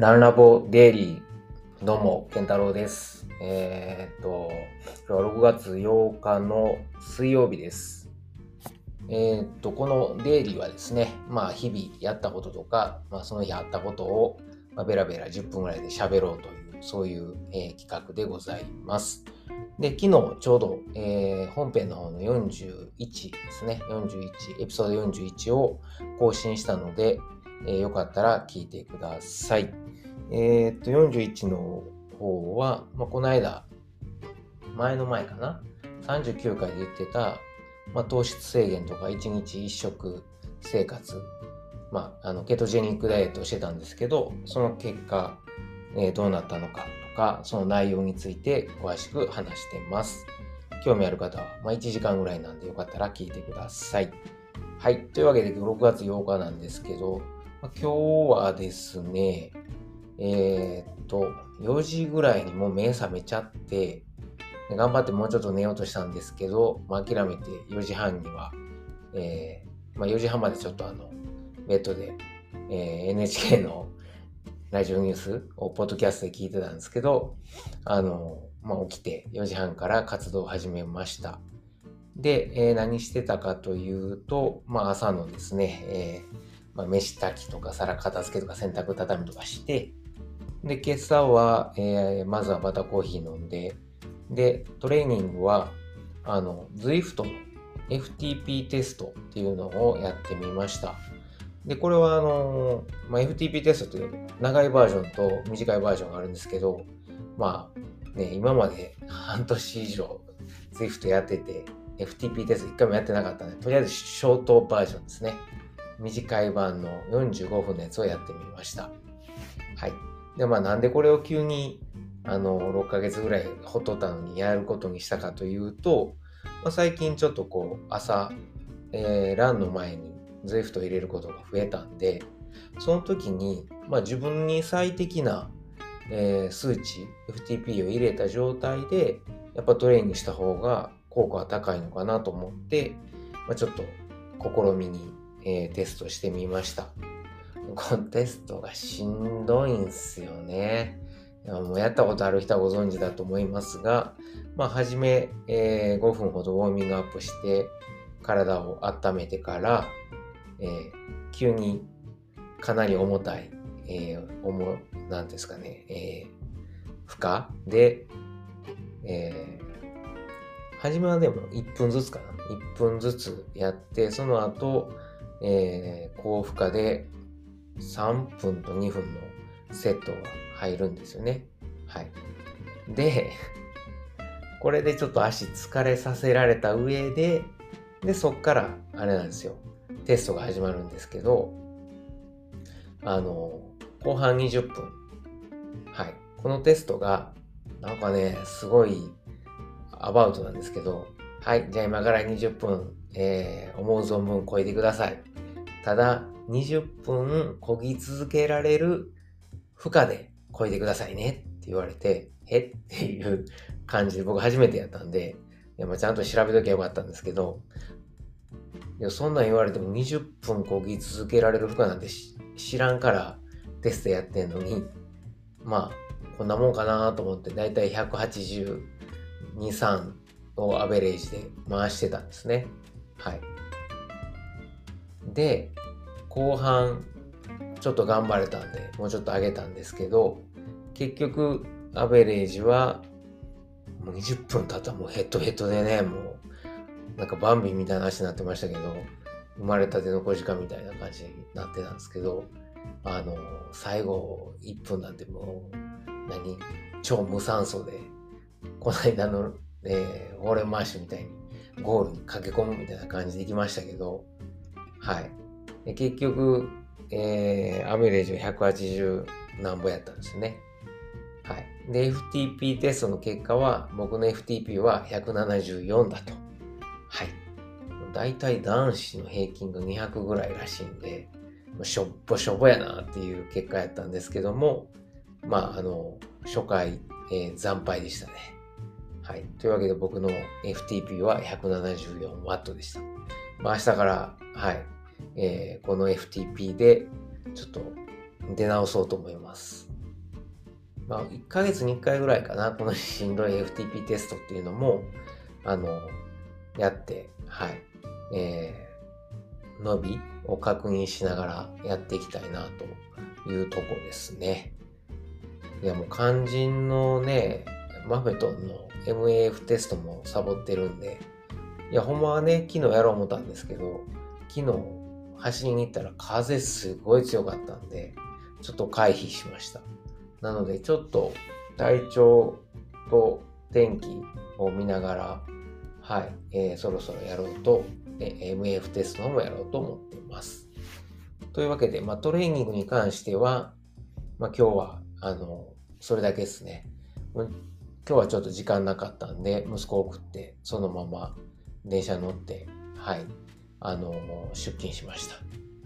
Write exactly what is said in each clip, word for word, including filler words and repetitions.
ランラボデイリー、どうも、健太郎です。えー、っと、今日はろくがつようかの水曜日です。えー、っと、このデイリーはですね、まあ、日々やったこととか、まあ、その日あったことを、まあ、ベラベラじゅっぷんぐらいで喋ろうという、そういう、えー、企画でございます。で、昨日ちょうど、えー、本編の方のよんじゅういちですね、よんじゅういち、エピソードよんじゅういちを更新したので、えー、よかったら聞いてください。えー、っと、よんじゅういちの方は、まあ、この間、前の前かな、さんじゅうきゅうかいで言ってた、まあ、糖質制限とかいちにちいっしょく生活、まあ、あのケトジェニックダイエットをしてたんですけど、その結果、えー、どうなったのかとか、その内容について詳しく話してます。興味ある方は、まあ、いちじかんぐらいなんでよかったら聞いてください。はい。というわけでろくがつようかなんですけど、まあ、今日はですね、えー、っと、よじぐらいにもう目覚めちゃって、頑張ってもうちょっと寝ようとしたんですけど、まあ、諦めてよじはんには、えーまあ、よじはんまでちょっとあの、ベッドで、えー、エヌエイチケー のラジオニュースをポッドキャストで聞いてたんですけど、あの、まあ、起きてよじはんから活動を始めました。で、えー、何してたかというと、まあ、朝のですね、えーまあ、飯炊きとか皿片付けとか洗濯畳みとかして、で、今朝は、えー、まずはバターコーヒー飲んで、で、トレーニングは、あの、ズイフトの エフティーピー テストっていうのをやってみました。で、これはあの、まあ、エフティーピー テストという長いバージョンと短いバージョンがあるんですけど、まあ、ね、今まで半年以上 ズイフト やってて、エフティーピー テスト一回もやってなかったので、とりあえずショートバージョンですね。短い版のよんじゅうごふんのやつをやってみました。はい。で、まあなんでこれを急にあのろっかげつぐらいほっとったのにやることにしたかというと、まあ、最近ちょっとこう朝、えー、ランの前に ズイフト を入れることが増えたんで、その時に、まあ、自分に最適な、えー、数値 エフティーピー を入れた状態でやっぱトレーニングした方が効果は高いのかなと思って、まあ、ちょっと試みに、えー、テストしてみました。このテストがしんどいんすよね。もうやったことある人はご存知だと思いますが、まあ、はじめ、えー、ごふんほどウォーミングアップして体を温めてから、えー、急にかなり重たい、えー、重、なんですかね、えー、負荷で、えー、はじめはでもいっぷんずつかな。いっぷんずつやって、その後、えー、高負荷でさんぷんとにふんのセットが入るんですよね。はい。で、これでちょっと足疲れさせられた上で、で、そっから、あれなんですよ。テストが始まるんですけど、あの、後半にじゅっぷん。はい。このテストが、なんかね、すごいアバウトなんですけど、はい。じゃあ今からにじゅっぷん、えー、思う存分漕いでください。ただ、にじゅっぷん漕ぎ続けられる負荷で漕いでくださいねって言われて、えっていう感じで僕初めてやったんで、いやまあちゃんと調べときゃよかったんですけど、いやそんなん言われてもにじゅっぷん漕ぎ続けられる負荷なんて知らんからテストやってんのに、まあこんなもんかなと思ってだいたいひゃくはちじゅうに、さんをアベレージで回してたんですね。はい。で、後半ちょっと頑張れたんで、もうちょっと上げたんですけど、結局、アベレージは、もうにじゅっぷん経ったらもうヘッドヘッドでね、もう、なんかバンビみたいな足になってましたけど、生まれたての小鹿みたいな感じになってたんですけど、あの、最後いっぷんなんてもう、何超無酸素で、この間の、えー、オーレンマーシュみたいにゴールに駆け込むみたいな感じで行きましたけど、はい。で結局、えー、アベレージはひゃくはちじゅうなんぼやったんですよね。はい。で、エフティーピー テストの結果は、僕の エフティーピー はひゃくななじゅうよんだと。はい。だいたい男子の平均がにひゃくぐらいらしいんで、しょっぽしょぼやなっていう結果やったんですけども、まあ、あの、初回、えー、惨敗でしたね。はい。というわけで僕の エフティーピー は ひゃくななじゅうよんワット でした。まあ、明日から、はい。えー、この エフティーピー でちょっと出直そうと思います。 まあ、いっかげつにいっかいぐらいかな、このしんどい エフティーピー テストっていうのも、あの、やって、はい、えー、伸びを確認しながらやっていきたいなというとこですね。いや、もう肝心のね、マフェトンの エムエーエフ テストもサボってるんで、いや、ほんまはね、昨日やろう思ったんですけど、昨日走りに行ったら風すごい強かったんで、ちょっと回避しました。なので、ちょっと体調と天気を見ながら、はい、えー、そろそろやろうと、えー、エムエーエフ テストの方もやろうと思っています。というわけで、まあ、トレーニングに関しては、まあ、今日は、あの、それだけですね。今日はちょっと時間なかったんで、息子を送って、そのまま電車乗って、はい、あの、出勤しました。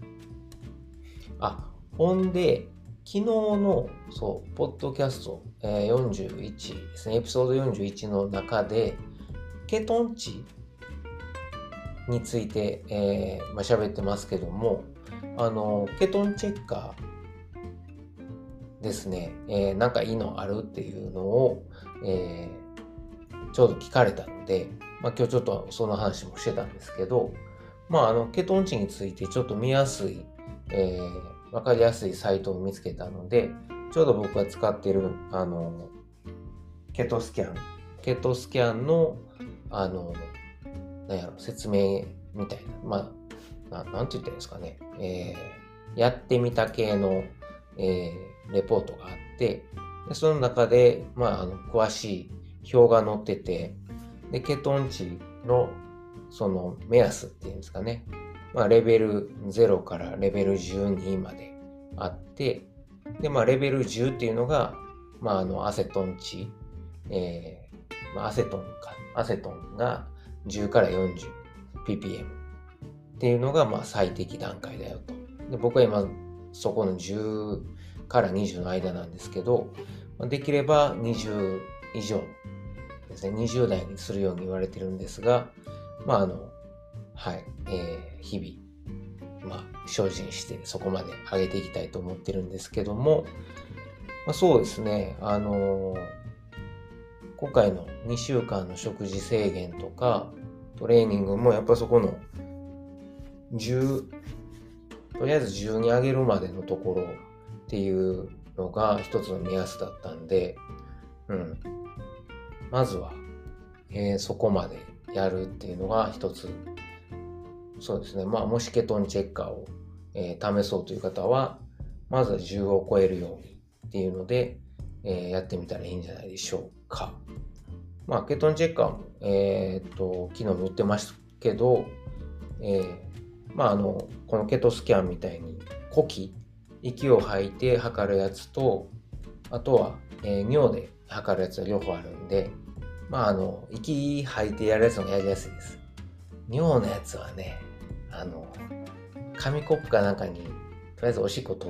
あ、ほんで、昨日の、そう、ポッドキャスト、えー、よんじゅういちですね、エピソードよんじゅういちの中で、ケトン値について、えー、まあ、喋ってますけども、あの、ケトンチェッカーですね、えー、なんかいいのあるっていうのを、えー、ちょうど聞かれたので、まあ、今日ちょっとその話もしてたんですけど、まあ、あの、ケトン値についてちょっと見やすい、えー、わかりやすいサイトを見つけたので、ちょうど僕が使ってる、あの、ケトスキャン、ケトスキャンの、あの、なんやろ、説明みたいな、まあ、ななんて言ったらいいんですかね、えー、やってみた系の、えー、レポートがあって、でその中で、まあ、あの詳しい表が載ってて、で、ケトン値のその目安っていうんですかね、まあ、レベルゼロからレベルじゅうにまであって、で、まあ、レベルじゅうっていうのが、まあ、あの、アセトン値、えー、まあ、アセトンか、アセトンがじゅうから よんじゅうピーピーエム っていうのが、まあ、最適段階だよと。で、僕は今、そこのじゅうからにじゅうの間なんですけど、できればにじゅう以上ですね、にじゅう代にするように言われてるんですが、まあ、あの、はい、えー、日々、まあ、精進してそこまで上げていきたいと思ってるんですけども、まあ、そうですね、あのー、今回のにしゅうかんの食事制限とか、トレーニングもやっぱそこのじゅう、とりあえずじゅうに上げるまでのところっていうのが一つの目安だったんで、うん。まずは、えー、そこまでやるっていうのが一つ。そうですね。まあ、もしケトンチェッカーを、えー、試そうという方は、まずはじゅうを超えるようにっていうので、えー、やってみたらいいんじゃないでしょうか。まあ、ケトンチェッカーも、えー、っと、昨日も言ってましたけど、えー、まあ、あの、このケトスキャンみたいに、呼気、息を吐いて測るやつと、あとは、えー、尿で測るやつは両方あるんで、まあ、あの、息吐いてやるやつもやりやすいです。尿のやつはね、あの、紙コップかなんかに、とりあえずおしっこ取って、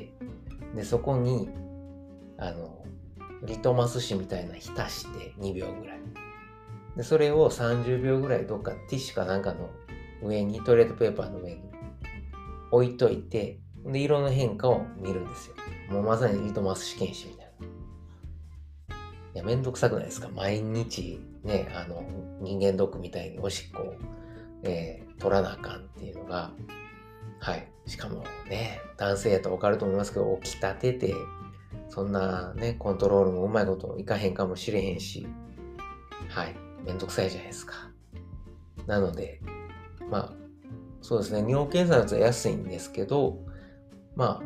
で、そこに、あの、リトマス紙みたいな浸してにびょうぐらい。で、それをさんじゅうびょうぐらいどっかティッシュかなんかの上に、トイレットペーパーの上に置いといて、で、色の変化を見るんですよ。もうまさにリトマス試験紙みたいな。いや、めんどくさくないですか？毎日ね、あの、人間ドックみたいにおしっこを、えー、取らなあかんっていうのが、はい。しかもね、男性やとわかると思いますけど、起きたてて、そんなね、コントロールもうまいこといかへんかもしれへんし、はい。めんどくさいじゃないですか。なので、まあ、そうですね、尿検査のやつは安いんですけど、まあ、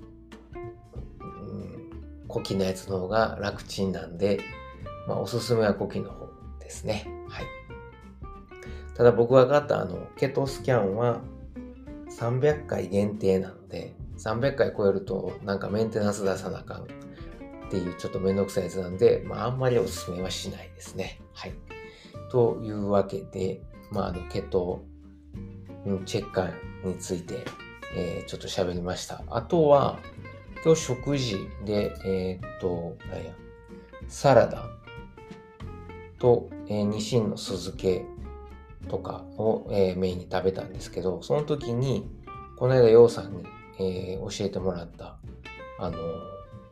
うん、呼気のやつの方が楽ちんなんで、まあ、おすすめは呼気の方ですね。はい。ただ僕が買ったあの、ケトスキャンはさんびゃっかい限定なので、さんびゃっかい超えるとなんかメンテナンス出さなあかんっていうちょっとめんどくさいやつなんで、まああんまりおすすめはしないですね。はい。というわけで、まああの、ケトチェッカーについて、えー、ちょっと喋りました。あとは、今日食事で、えー、っと、何や、サラダと、えー、ニシンの酢漬けとかを、えー、メインに食べたんですけど、その時に、この間、ようさんに、えー、教えてもらった、あの、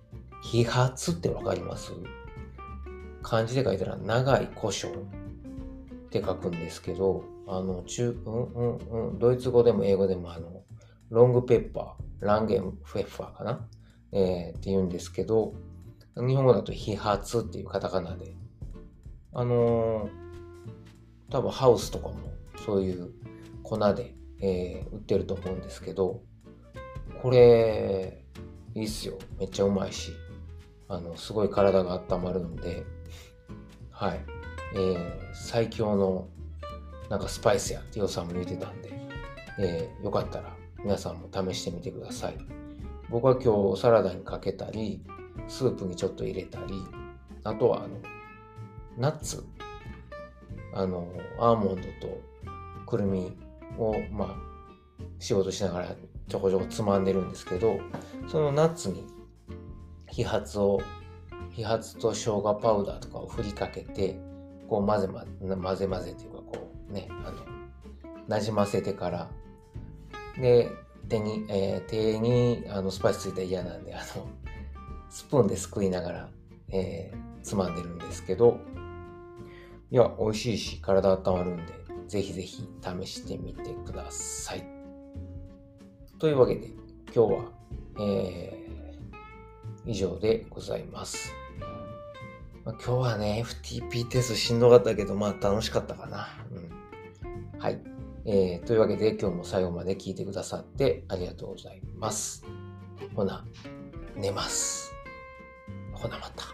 ひ発ってわかります？漢字で書いたら長い胡椒って書くんですけど、あの、中、うんうんうん、ドイツ語でも英語でもあの、ロングペッパー、ランゲンフェッファーかな、えー、って言うんですけど、日本語だとひ発っていうカタカナで、あのー、多分ハウスとかもそういう粉で、えー、売ってると思うんですけど、これ、いいっすよ。めっちゃうまいし、あの、すごい体が温まるんで、はい。えー、最強のなんかスパイスやってヨウさんも言ってたんで、えー、よかったら皆さんも試してみてください。僕は今日サラダにかけたり、スープにちょっと入れたり、あとはあの、ナッツ、あの、アーモンドとくるみを、まあ、仕事しながらちょこちょこつまんでるんですけど、そのナッツに飛髪を、飛髪と生姜パウダーとかを振りかけて、こう混ぜま、混ぜ混ぜっていうか、こうね、あの、なじませてから、で、手に、えー、手にあのスパイスついたら嫌なんで、あの、スプーンですくいながら、えー、つまんでるんですけど、いや、美味しいし、体温まるんで、ぜひぜひ試してみてください。というわけで、今日は、えー、以上でございます。まあ、今日はね、エフティーピー テストしんどかったけど、まあ楽しかったかな。うん、はい、えー。というわけで、今日も最後まで聞いてくださってありがとうございます。ほな、寝ます。ほなまた。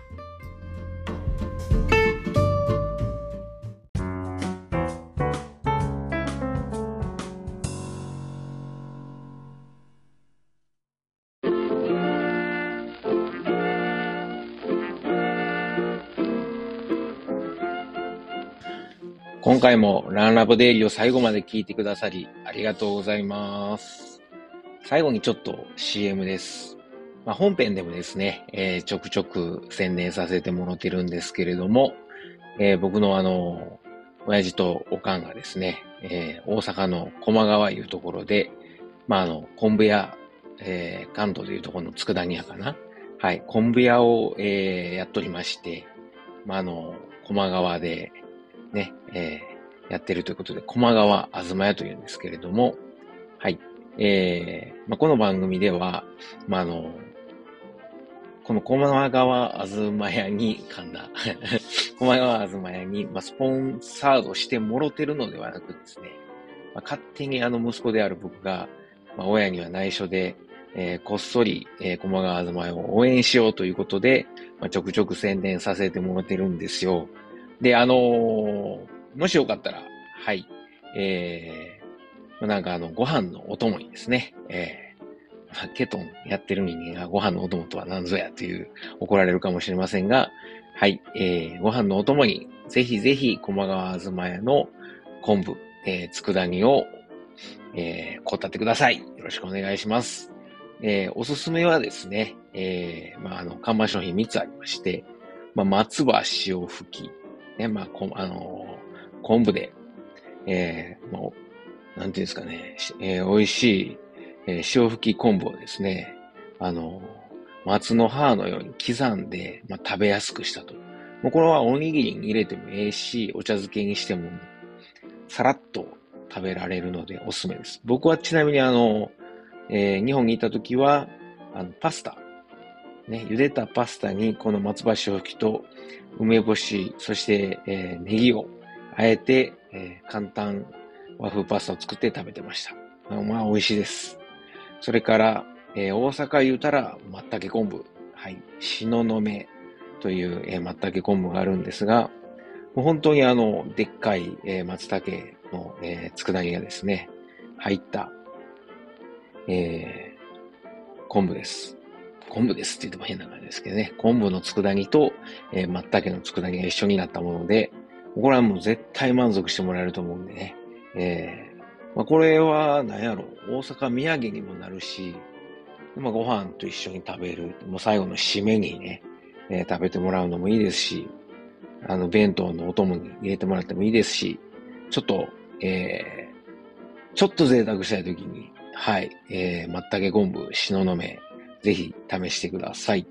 今回もランラボデイリーを最後まで聞いてくださりありがとうございます。最後にちょっと シーエム です。まあ、本編でもですね、えー、ちょくちょく宣伝させてもらってるんですけれども、えー、僕のあの、親父とおかんがですね、えー、大阪の駒川いうところで、まあ、あの、昆布屋、えー、関東でいうところの佃煮屋かな。はい、昆布屋を、えー、やっておりまして、まあ、あの、駒川で、ね、えー、やってるということで、駒川あずま屋というんですけれども、はい。えー、まあ、この番組では、まあ、あの、この駒川あずま屋に、噛んだ。駒川あずま屋に、まあ、スポンサードしてもろてるのではなくですね、まあ、勝手にあの息子である僕が、まあ、親には内緒で、えー、こっそり、えー、駒川あずま屋を応援しようということで、まあ、ちょくちょく宣伝させてもらってるんですよ。で、あのー、もしよかったら、はい、えー、なんかあの、ご飯のお供にですね、えー、ケトンやってる人間がご飯のお供とは何ぞやという怒られるかもしれませんが、はい、えー、ご飯のお供にぜひぜひ駒川あずま屋の昆布、えー、佃煮を、えー、こたってください。よろしくお願いします。えー、おすすめはですね、えー、まあ、あの、看板商品みっつありまして、まあ、松葉塩吹き、ね、まあ、こあのー、昆布で、えー、もう、なんていうんですかね、えー、美味しい、えー、塩吹き昆布をですね、あのー、松の葉のように刻んで、まあ、食べやすくしたと。もうこれはおにぎりに入れてもええし、お茶漬けにしても、さらっと食べられるのでおすすめです。僕はちなみにあの、えー、日本にいた時は、あの、パスタ、ね、茹でたパスタにこの松葉塩吹きと梅干し、そして、えー、ネギをあえて、えー、簡単和風パスタを作って食べてました。まあ、美味しいです。それから、えー、大阪言うたら、松茸昆布。はい。しののめという、えー、松茸昆布があるんですが、もう本当にあの、でっかい、えー、松茸の、えー、佃煮がですね、入った、えー、昆布です。昆布ですって言っても変な感じですけどね。昆布の佃煮と、えー、松茸の佃煮が一緒になったもので、これはもう絶対満足してもらえると思うんでね。えー、まあ、これは何やろ、大阪土産にもなるし、まあ、ご飯と一緒に食べる、もう最後の締めにね、えー、食べてもらうのもいいですし、あの、弁当のお供に入れてもらってもいいですし、ちょっと、えー、ちょっと贅沢したいときに、はい、えー、松茸昆布、しののめ、ぜひ試してください。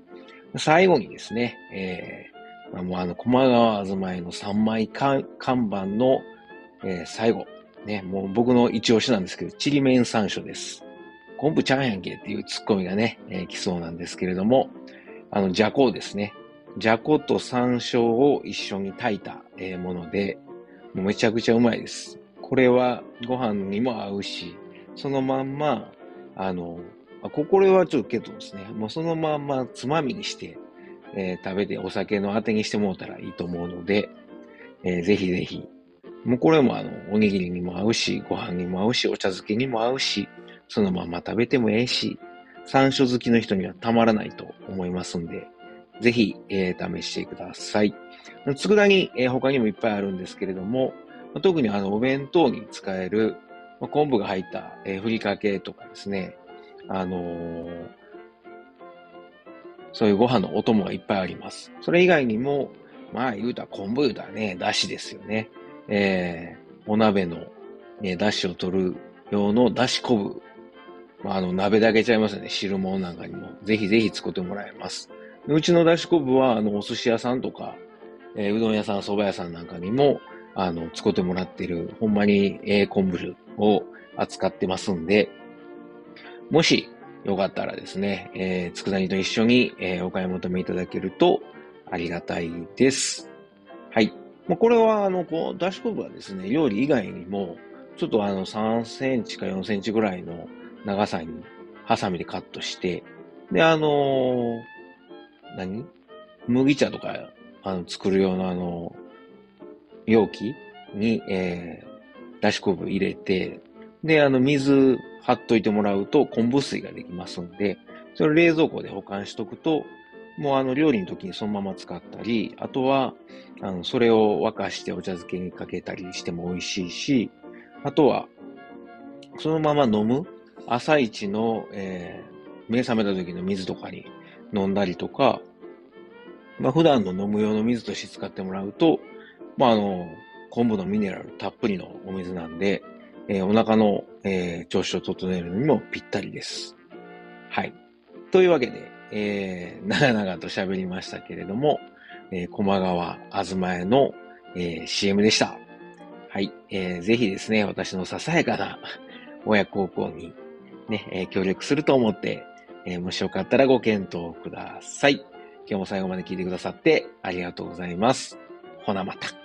最後にですね、えー、まあ、もうあの、駒川あずまえのさんまい看板の、えー、最後、ね、もう僕の一押しなんですけど、ちりめん山椒です。昆布ちゃんやんけっていうツッコミがね、えー、来そうなんですけれども、あの、じゃこですね。じゃこと山椒を一緒に炊いた、えー、もので、もうめちゃくちゃうまいです。これはご飯にも合うし、そのまんま、あの、あここれはちょっとけどですね、もうそのまんまつまみにして、えー食べてお酒のあてにしてもらったらいいと思うので、えーぜひぜひ。もうこれもあの、おにぎりにも合うし、ご飯にも合うし、お茶漬けにも合うし、そのまま食べてもええし、山椒好きの人にはたまらないと思いますんで、ぜひ、えー試してください。佃煮、えー他にもいっぱいあるんですけれども、まあ特にあの、お弁当に使える、まあ昆布が入った、えーふりかけとかですね、あのーそういうご飯のお供がいっぱいあります。それ以外にも、まあ言うたら昆布言うたらね、だしですよね。えー、お鍋の、ね、だしを取る用のだし昆布。まあ、あの、鍋だけちゃいますよね。汁物なんかにも。ぜひぜひ作ってもらえます。うちのだし昆布は、あの、お寿司屋さんとか、えーうどん屋さん、蕎麦屋さんなんかにも、あの、使ってもらってる、ほんまに、ええ昆布を扱ってますんで、もしよかったらですね、えー、佃煮と一緒に、えーお買い求めいただけるとありがたいです。はい。まあ、これは、あの、こう、だし昆布はですね、料理以外にも、ちょっとあの、さんセンチかよんセンチぐらいの長さに、ハサミでカットして、で、あのー何麦茶とか、あの、作る用のあの、容器に、えー、だし昆布入れて、で、あの、水張っといてもらうと昆布水ができますんで、それを冷蔵庫で保管しとくと、もうあの、料理の時にそのまま使ったり、あとは、あの、それを沸かしてお茶漬けにかけたりしても美味しいし、あとは、そのまま飲む朝一の、えー目覚めた時の水とかに飲んだりとか、まあ、普段の飲む用の水として使ってもらうと、まあ、あの、昆布のミネラルたっぷりのお水なんで、えーお腹の、えー調子を整えるのにもぴったりです。はい。というわけで、えー長々と喋りましたけれども、えー、駒川あずまえの、えー シーエム でした。はい。えーぜひですね、私のささやかな親孝行にね、えー協力すると思って、えーもしよかったらご検討ください。今日も最後まで聞いてくださってありがとうございます。ほなまた。